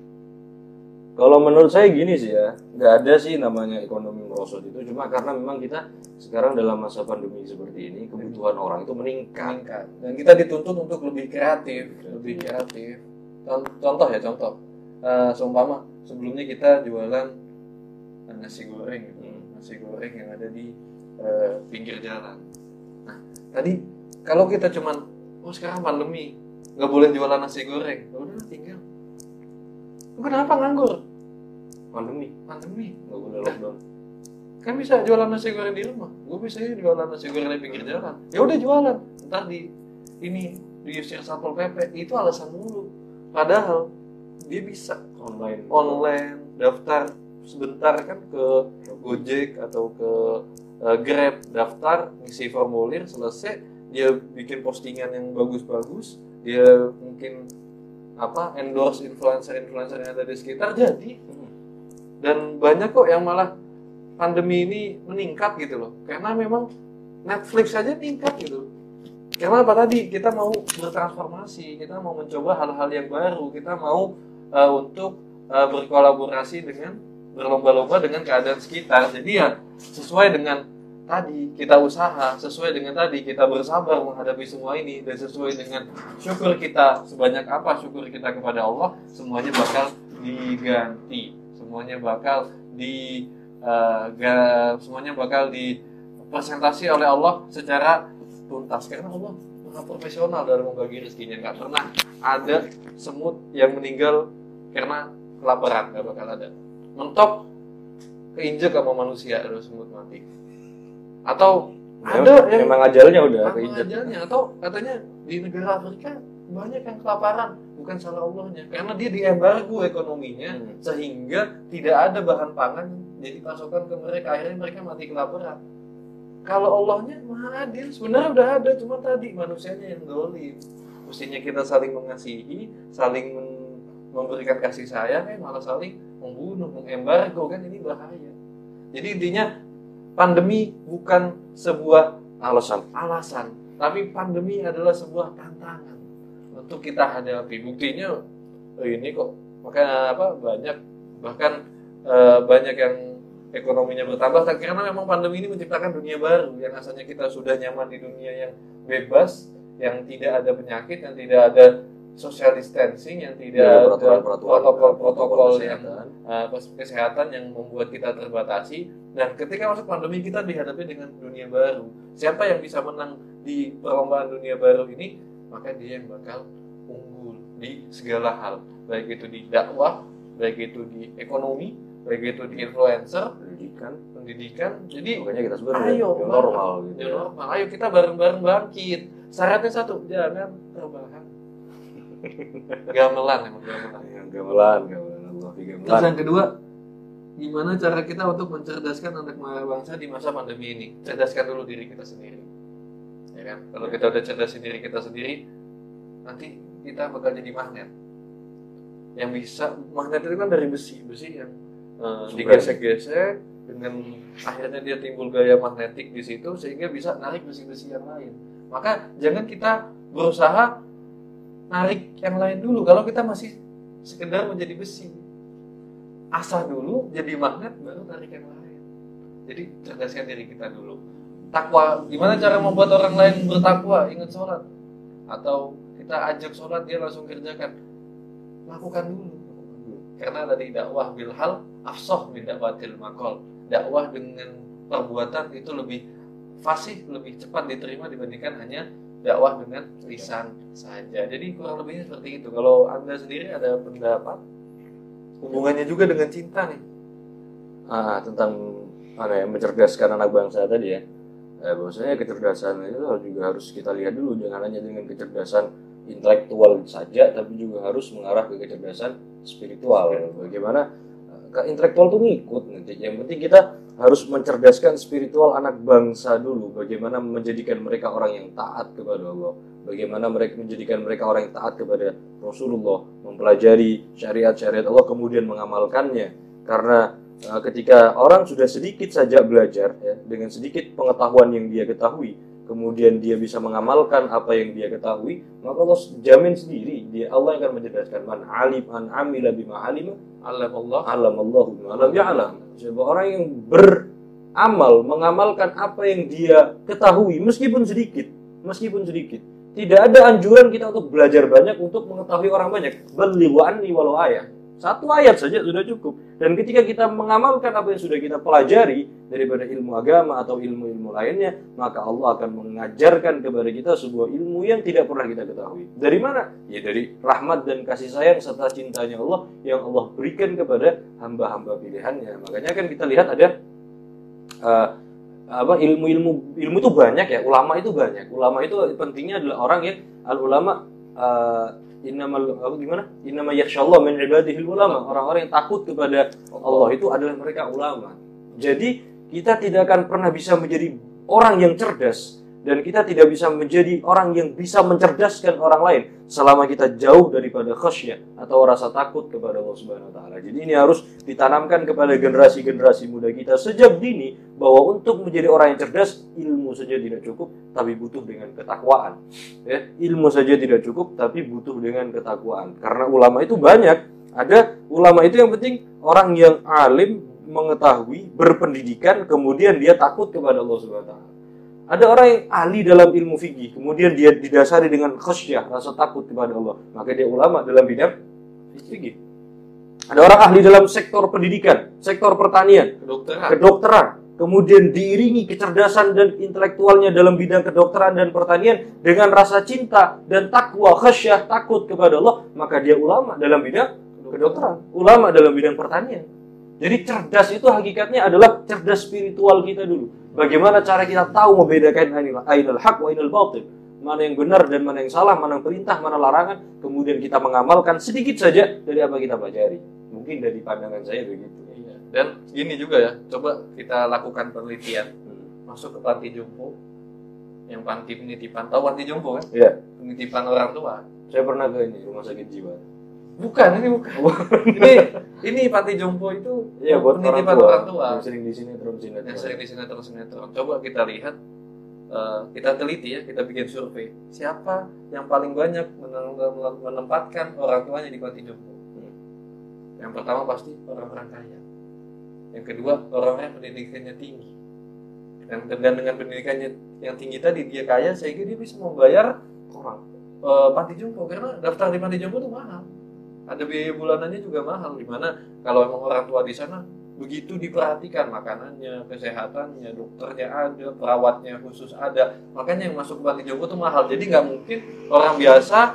Kalau menurut saya gini sih ya, nggak ada sih namanya ekonomi merosot itu, cuma karena memang kita sekarang dalam masa pandemi seperti ini, kebutuhan orang itu meningkat. Dan kita dituntut untuk lebih kreatif. Contoh, seumpama sebelumnya kita jualan nasi goreng yang ada di pinggir jalan. Nah, tadi kalau kita cuman, sekarang pandemi, nggak boleh jualan nasi goreng, udah tinggal. Kenapa nganggur? Pandemi, nggak boleh lockdown. Kan bisa jualan nasi goreng di rumah. Gue bisa jualan nasi goreng di pinggir jalan. Ya udah jualan. Ntar diusir Satpol PP, itu alasan mulu. Padahal dia bisa online daftar sebentar kan ke Gojek atau ke Grab, daftar, ngisi formulir, selesai, dia bikin postingan yang bagus-bagus, dia mungkin endorse influencer yang ada di sekitar, jadi. Dan banyak kok yang malah pandemi ini meningkat gitu loh, karena memang Netflix saja meningkat gitu. Karena apa tadi, kita mau bertransformasi, kita mau mencoba hal-hal yang baru, kita mau untuk berkolaborasi dengan, berlomba-lomba dengan keadaan sekitar. Jadi ya sesuai dengan tadi kita usaha, sesuai dengan tadi kita bersabar menghadapi semua ini, dan sesuai dengan syukur kita, sebanyak apa syukur kita kepada Allah, semuanya bakal diganti, semuanya bakal dipresentasi oleh Allah secara tuntas, karena Allah maha profesional dalam membagi rezekinya. Nggak pernah ada semut yang meninggal karena kelaparan, nggak bakal ada. Mentok keinjek sama manusia ada semut mati. Atau ada yang memang ajalnya udah keinjek. Atau katanya di negara Afrika banyak yang kelaparan, bukan salah Allahnya, karena dia diembargo ekonominya, sehingga tidak ada bahan pangan jadi pasokan ke mereka, akhirnya mereka mati kelaparan. Kalau Allahnya maha adil, sebenarnya udah ada, cuma tadi manusianya yang dolim. Mestinya kita saling mengasihi, saling memberikan kasih sayang, malah saling membunuh, mengembargo, kan ini bahaya. Jadi intinya pandemi bukan sebuah alasan, tapi pandemi adalah sebuah tantangan untuk kita hadapi. Buktinya ini kok makanya banyak yang ekonominya bertambah karena memang pandemi ini menciptakan dunia baru yang asalnya kita sudah nyaman di dunia yang bebas, yang tidak ada penyakit, yang tidak ada social distancing, yang tidak ada protokol yang kesehatan yang membuat kita terbatasi. Dan ketika masuk pandemi kita dihadapi dengan dunia baru. Siapa yang bisa menang di perlombaan dunia baru ini, maka dia yang bakal unggul di segala hal, baik itu di dakwah, baik itu di ekonomi, baik itu di influencer, pendidikan. Jadi makanya kita sebenarnya normal gitu. Normal. Ayo kita bareng-bareng bangkit. Syaratnya satu, jangan terbahan. Gamelan. Terus yang kedua, gimana cara kita untuk mencerdaskan anak bangsa di masa pandemi ini? Cerdaskan dulu diri kita sendiri. Ya kan? Kalau kita udah cerdasin diri kita sendiri, nanti kita bakal jadi magnet. Yang bisa, magnet itu kan dari besi yang digesek-gesek dengan akhirnya dia timbul gaya magnetik di situ sehingga bisa narik besi-besi yang lain. Maka jangan kita berusaha narik yang lain dulu kalau kita masih sekedar menjadi besi. Asah dulu jadi magnet baru tarik yang lain. Jadi cerdaskan diri kita dulu. Takwa, gimana cara membuat orang lain bertakwa? Ingat sholat. Atau kita ajak sholat dia langsung kerjakan. Lakukan dulu. Karena tadi dakwah bilhal afsah min dakwatil maqal. Dakwah dengan perbuatan itu lebih fasih, lebih cepat diterima dibandingkan hanya dakwah dengan lisan saja. Jadi kurang lebihnya seperti itu. Kalau Anda sendiri ada pendapat hubungannya juga dengan cinta nih? Tentang mencerdaskan anak bangsa tadi ya. Bahwasanya kecerdasan itu juga harus kita lihat dulu, jangan hanya dengan kecerdasan intelektual saja, tapi juga harus mengarah ke kecerdasan spiritual. Bagaimana intelektual itu ngikut nanti. Yang penting kita harus mencerdaskan spiritual anak bangsa dulu. Bagaimana menjadikan mereka orang yang taat kepada Allah. Bagaimana menjadikan mereka orang yang taat kepada Rasulullah, mempelajari syariat-syariat Allah kemudian mengamalkannya. Karena ketika orang sudah sedikit saja belajar ya, dengan sedikit pengetahuan yang dia ketahui, kemudian dia bisa mengamalkan apa yang dia ketahui, maka Allah jamin sendiri Allah akan mencerdaskan. Man amila bima alima alamallahu bima lam ya'lam. Siapa orang yang beramal, mengamalkan apa yang dia ketahui meskipun sedikit. Tidak ada anjuran kita untuk belajar banyak untuk mengetahui orang banyak. Balighu anni walau ayat. Satu ayat saja sudah cukup. Dan ketika kita mengamalkan apa yang sudah kita pelajari daripada ilmu agama atau ilmu-ilmu lainnya, maka Allah akan mengajarkan kepada kita sebuah ilmu yang tidak pernah kita ketahui. Dari mana? Ya dari rahmat dan kasih sayang serta cintanya Allah yang Allah berikan kepada hamba-hamba pilihannya. Makanya kan kita lihat ada ilmu itu banyak ya. Ulama itu banyak. Ulama itu pentingnya adalah orang yang al-ulama Innama yakhshallahu min ibadihi ulama. Orang-orang yang takut kepada Allah itu adalah mereka ulama. Jadi kita tidak akan pernah bisa menjadi orang yang cerdas dan kita tidak bisa menjadi orang yang bisa mencerdaskan orang lain selama kita jauh daripada khasyah atau rasa takut kepada Allah Subhanahu wa taala. Jadi ini harus ditanamkan kepada generasi-generasi muda kita sejak dini bahwa untuk menjadi orang yang cerdas, ilmu saja tidak cukup tapi butuh dengan ketakwaan. Ya, ilmu saja tidak cukup tapi butuh dengan ketakwaan. Karena ulama itu banyak. Ada ulama itu yang penting orang yang alim, mengetahui, berpendidikan, kemudian dia takut kepada Allah Subhanahu wa taala. Ada orang yang ahli dalam ilmu fikih, kemudian dia didasari dengan khasyah, rasa takut kepada Allah, maka dia ulama dalam bidang fikih. Ada orang ahli dalam sektor pendidikan, sektor pertanian, kedokteran, kemudian diiringi kecerdasan dan intelektualnya dalam bidang kedokteran dan pertanian dengan rasa cinta dan takwa, khasyah, takut kepada Allah, maka dia ulama dalam bidang kedokteran, ulama dalam bidang pertanian. Jadi cerdas itu hakikatnya adalah cerdas spiritual kita dulu. Bagaimana cara kita tahu membedakan ainal haq wa ainal batil, mana yang benar dan mana yang salah, mana yang perintah, mana larangan, kemudian kita mengamalkan sedikit saja dari apa kita pelajari. Mungkin dari pandangan saya begitu. Dan gini juga ya, coba kita lakukan penelitian. Masuk ke panti jompo, yang penitipan, tahu panti jompo kan? Iya. Penitipan orang tua. Saya pernah ke ini rumah sakit jiwa. Bukan. ini panti jompo itu buat penitipan orang tua. Yang sering di sinetron. Coba kita lihat, kita teliti ya, kita bikin survei. Siapa yang paling banyak menempatkan orang tuanya di panti jompo? Yang pertama pasti orang-orang kaya. Yang kedua orang-orang yang pendidikannya tinggi. Dan dengan pendidikannya yang tinggi tadi, dia kaya sehingga dia bisa membayar orang panti jompo, karena daftar di panti jompo itu mahal. Ada biaya bulanannya juga mahal, dimana kalau emang orang tua di sana begitu diperhatikan makanannya, kesehatannya, dokternya ada, perawatnya khusus ada, makanya yang masuk panti jompo itu mahal. Jadi nggak mungkin orang biasa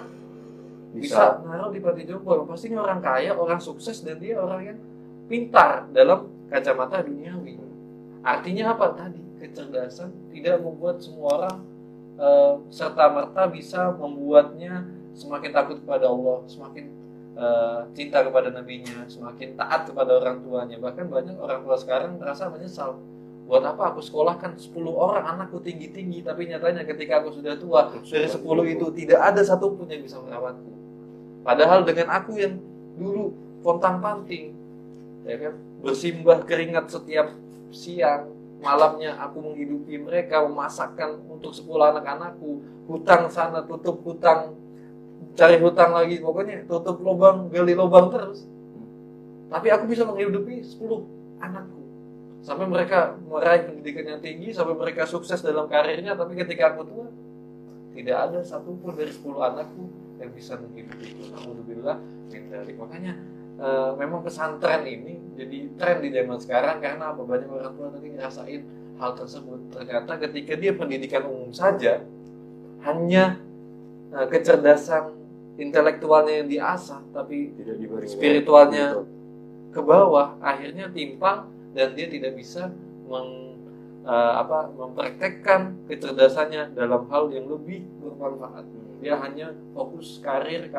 bisa naruh di panti jompo. Pastinya orang kaya, orang sukses, dan dia orang yang pintar dalam kacamata duniawi. Artinya apa tadi? Kecerdasan tidak membuat semua orang serta-merta bisa membuatnya semakin takut kepada Allah, semakin cinta kepada nabinya, semakin taat kepada orang tuanya. Bahkan banyak orang tua sekarang merasa menyesal, buat apa aku sekolahkan 10 orang anakku tinggi-tinggi, tapi nyatanya ketika aku sudah tua, dari 10 itu tidak ada satupun yang bisa merawatku. Padahal dengan aku yang dulu pontang-panting, ya kan, bersimbah keringat setiap siang, malamnya aku menghidupi mereka, memasakkan untuk 10 anak-anakku, hutang sana tutup hutang, cari hutang lagi, pokoknya tutup lubang, gali lubang terus. Tapi aku bisa menghidupi 10 anakku sampai mereka meraih pendidikan yang tinggi, sampai mereka sukses dalam karirnya. Tapi ketika aku tua, tidak ada satupun dari 10 anakku yang bisa menghidupiku. Alhamdulillah. Makanya memang pesantren ini jadi tren di zaman sekarang, karena apa? Banyak orang tua tadi ngerasain hal tersebut. Ternyata ketika dia pendidikan umum saja, hanya kecerdasan intelektualnya yang diasah, tapi spiritualnya ke bawah, akhirnya timpang dan dia tidak bisa mempraktekkan kecerdasannya dalam hal yang lebih bermanfaat. Dia hanya fokus karir,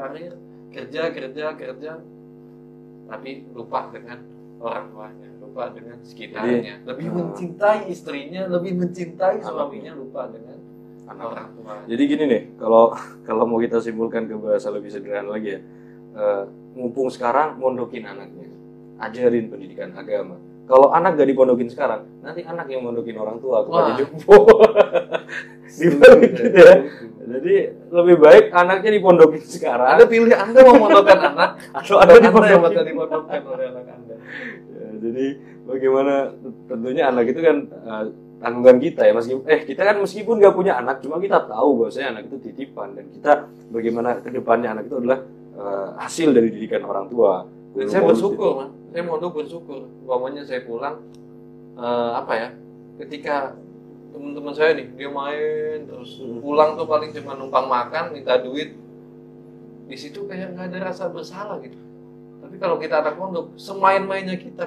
kerja, tapi lupa dengan orang tuanya, lupa dengan sekitarnya. Lebih mencintai istrinya, lebih mencintai suaminya, lupa dengan orang tua. Jadi gini nih, kalau mau kita simpulkan ke bahasa lebih sederhana lagi ya, mumpung sekarang mondokin anaknya, ajarin pendidikan agama. Kalau anak gak dipondokin sekarang, nanti anak yang mondokin orang tua ke panti jompo. Gitu ya. Jadi lebih baik anaknya dipondokin sekarang. Anda pilih, Anda mau mondokkan anak atau Anda yang bakal dipondokkan oleh anak Anda. Ya, jadi bagaimana, tentunya anak itu kan tanggungan kita ya, kita kan meskipun nggak punya anak, cuma kita tahu bahwasanya anak itu titipan, dan kita bagaimana kedepannya anak itu adalah hasil dari didikan orang tua. Dan saya bersyukur, man. Saya mondok bersyukur. Umpamanya saya pulang, ketika teman-teman saya nih, dia main terus, pulang tuh paling cuma numpang makan, minta duit. Di situ kayak nggak ada rasa bersalah gitu. Tapi kalau kita anak mondok, semain-mainnya kita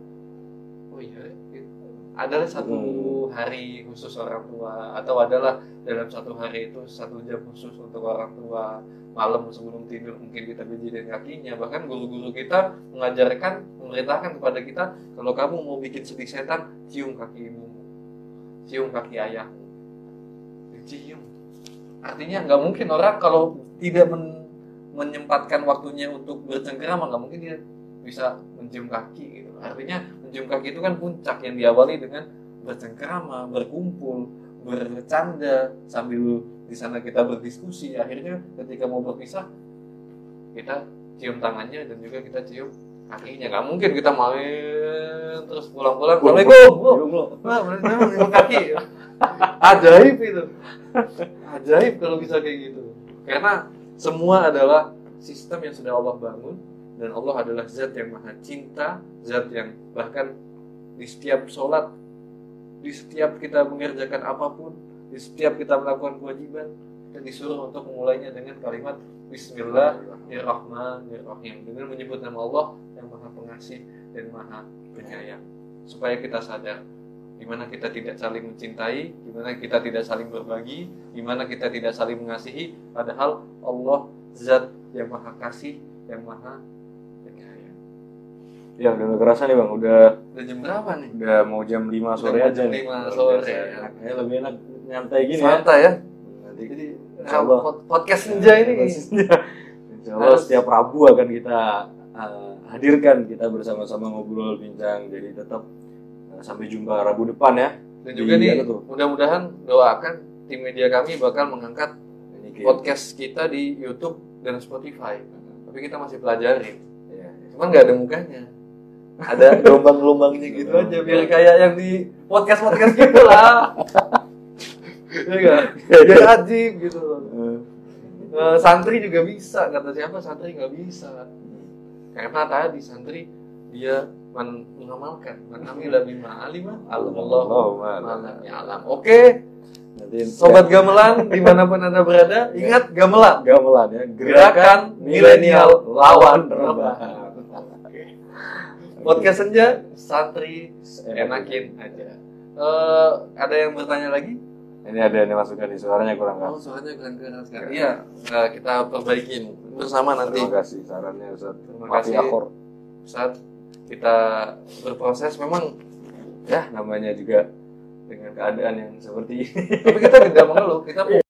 adalah satu hari khusus orang tua, atau adalah dalam satu hari itu 1 jam khusus untuk orang tua. Malam sebelum tidur mungkin kita pijitin kakinya. Bahkan guru-guru kita memerintahkan kepada kita, kalau kamu mau bikin sedih setan, cium kaki ibumu, cium kaki ayahmu, cium. Artinya nggak mungkin orang kalau tidak menyempatkan waktunya untuk bercengkerama, nggak mungkin dia bisa mencium kaki gitu. Artinya mencium kaki itu kan puncak yang diawali dengan bercengkerama, berkumpul, bercanda, sambil di sana kita berdiskusi. Akhirnya ketika mau berpisah, kita cium tangannya dan juga kita cium kakinya. Nggak mungkin kita main terus pulang-pulang, Assalamualaikum, cium kaki. Ajaib itu, ajaib kalau bisa kayak gitu. Karena semua adalah sistem yang sudah Allah bangun, dan Allah adalah zat yang maha cinta, zat yang bahkan di setiap sholat, di setiap kita mengerjakan apapun, di setiap kita melakukan kewajiban, kita disuruh untuk memulainya dengan kalimat Bismillahirrahmanirrahim, dengan menyebut nama Allah yang maha pengasih dan maha penyayang, supaya kita sadar di mana kita tidak saling mencintai, di mana kita tidak saling berbagi, di mana kita tidak saling mengasihi, padahal Allah zat yang maha kasih, yang maha penyayang. Ya udah kerasa nih Bang, udah jam berapa nih? Udah mau jam 5 sore aja nih. 5 sore. Ya, lebih enak nyantai gini santai ya. Nanti jadi podcast senja ini. Insya Allah setiap Rabu akan kita hadirkan, kita bersama-sama ngobrol bincang. Jadi tetap sampai jumpa Rabu depan ya. Dan juga nih mudah-mudahan doakan tim media kami bakal mengangkat podcast kita di YouTube dan Spotify. Tapi kita masih pelajari. Ya. Cuman nggak ada mukanya. Ada gelombang-gelombangnya gitu aja biar kayak yang di podcast gitu lah. Ya kan? Biar ajib gitu. Santri juga bisa, kata siapa santri nggak bisa. Karena tadi santri dia mengamalkan, amila bima alima, Allahu a'lam. Oke. Sobat Gamelan dimanapun Anda berada, ingat Gamelan ya, gerakan milenial lawan rebahan. Podcast Senja, santri enakin aja. Ada yang bertanya lagi? Ini ada yang masukkan di suaranya kurang keras. Suaranya kurang keras. Iya, kita perbaikin bersama nanti. Terima kasih sarannya Ustaz. Terima kasih Ustaz. Kita berproses memang ya namanya juga dengan keadaan yang seperti ini. Tapi kita tidak mengeluh, kita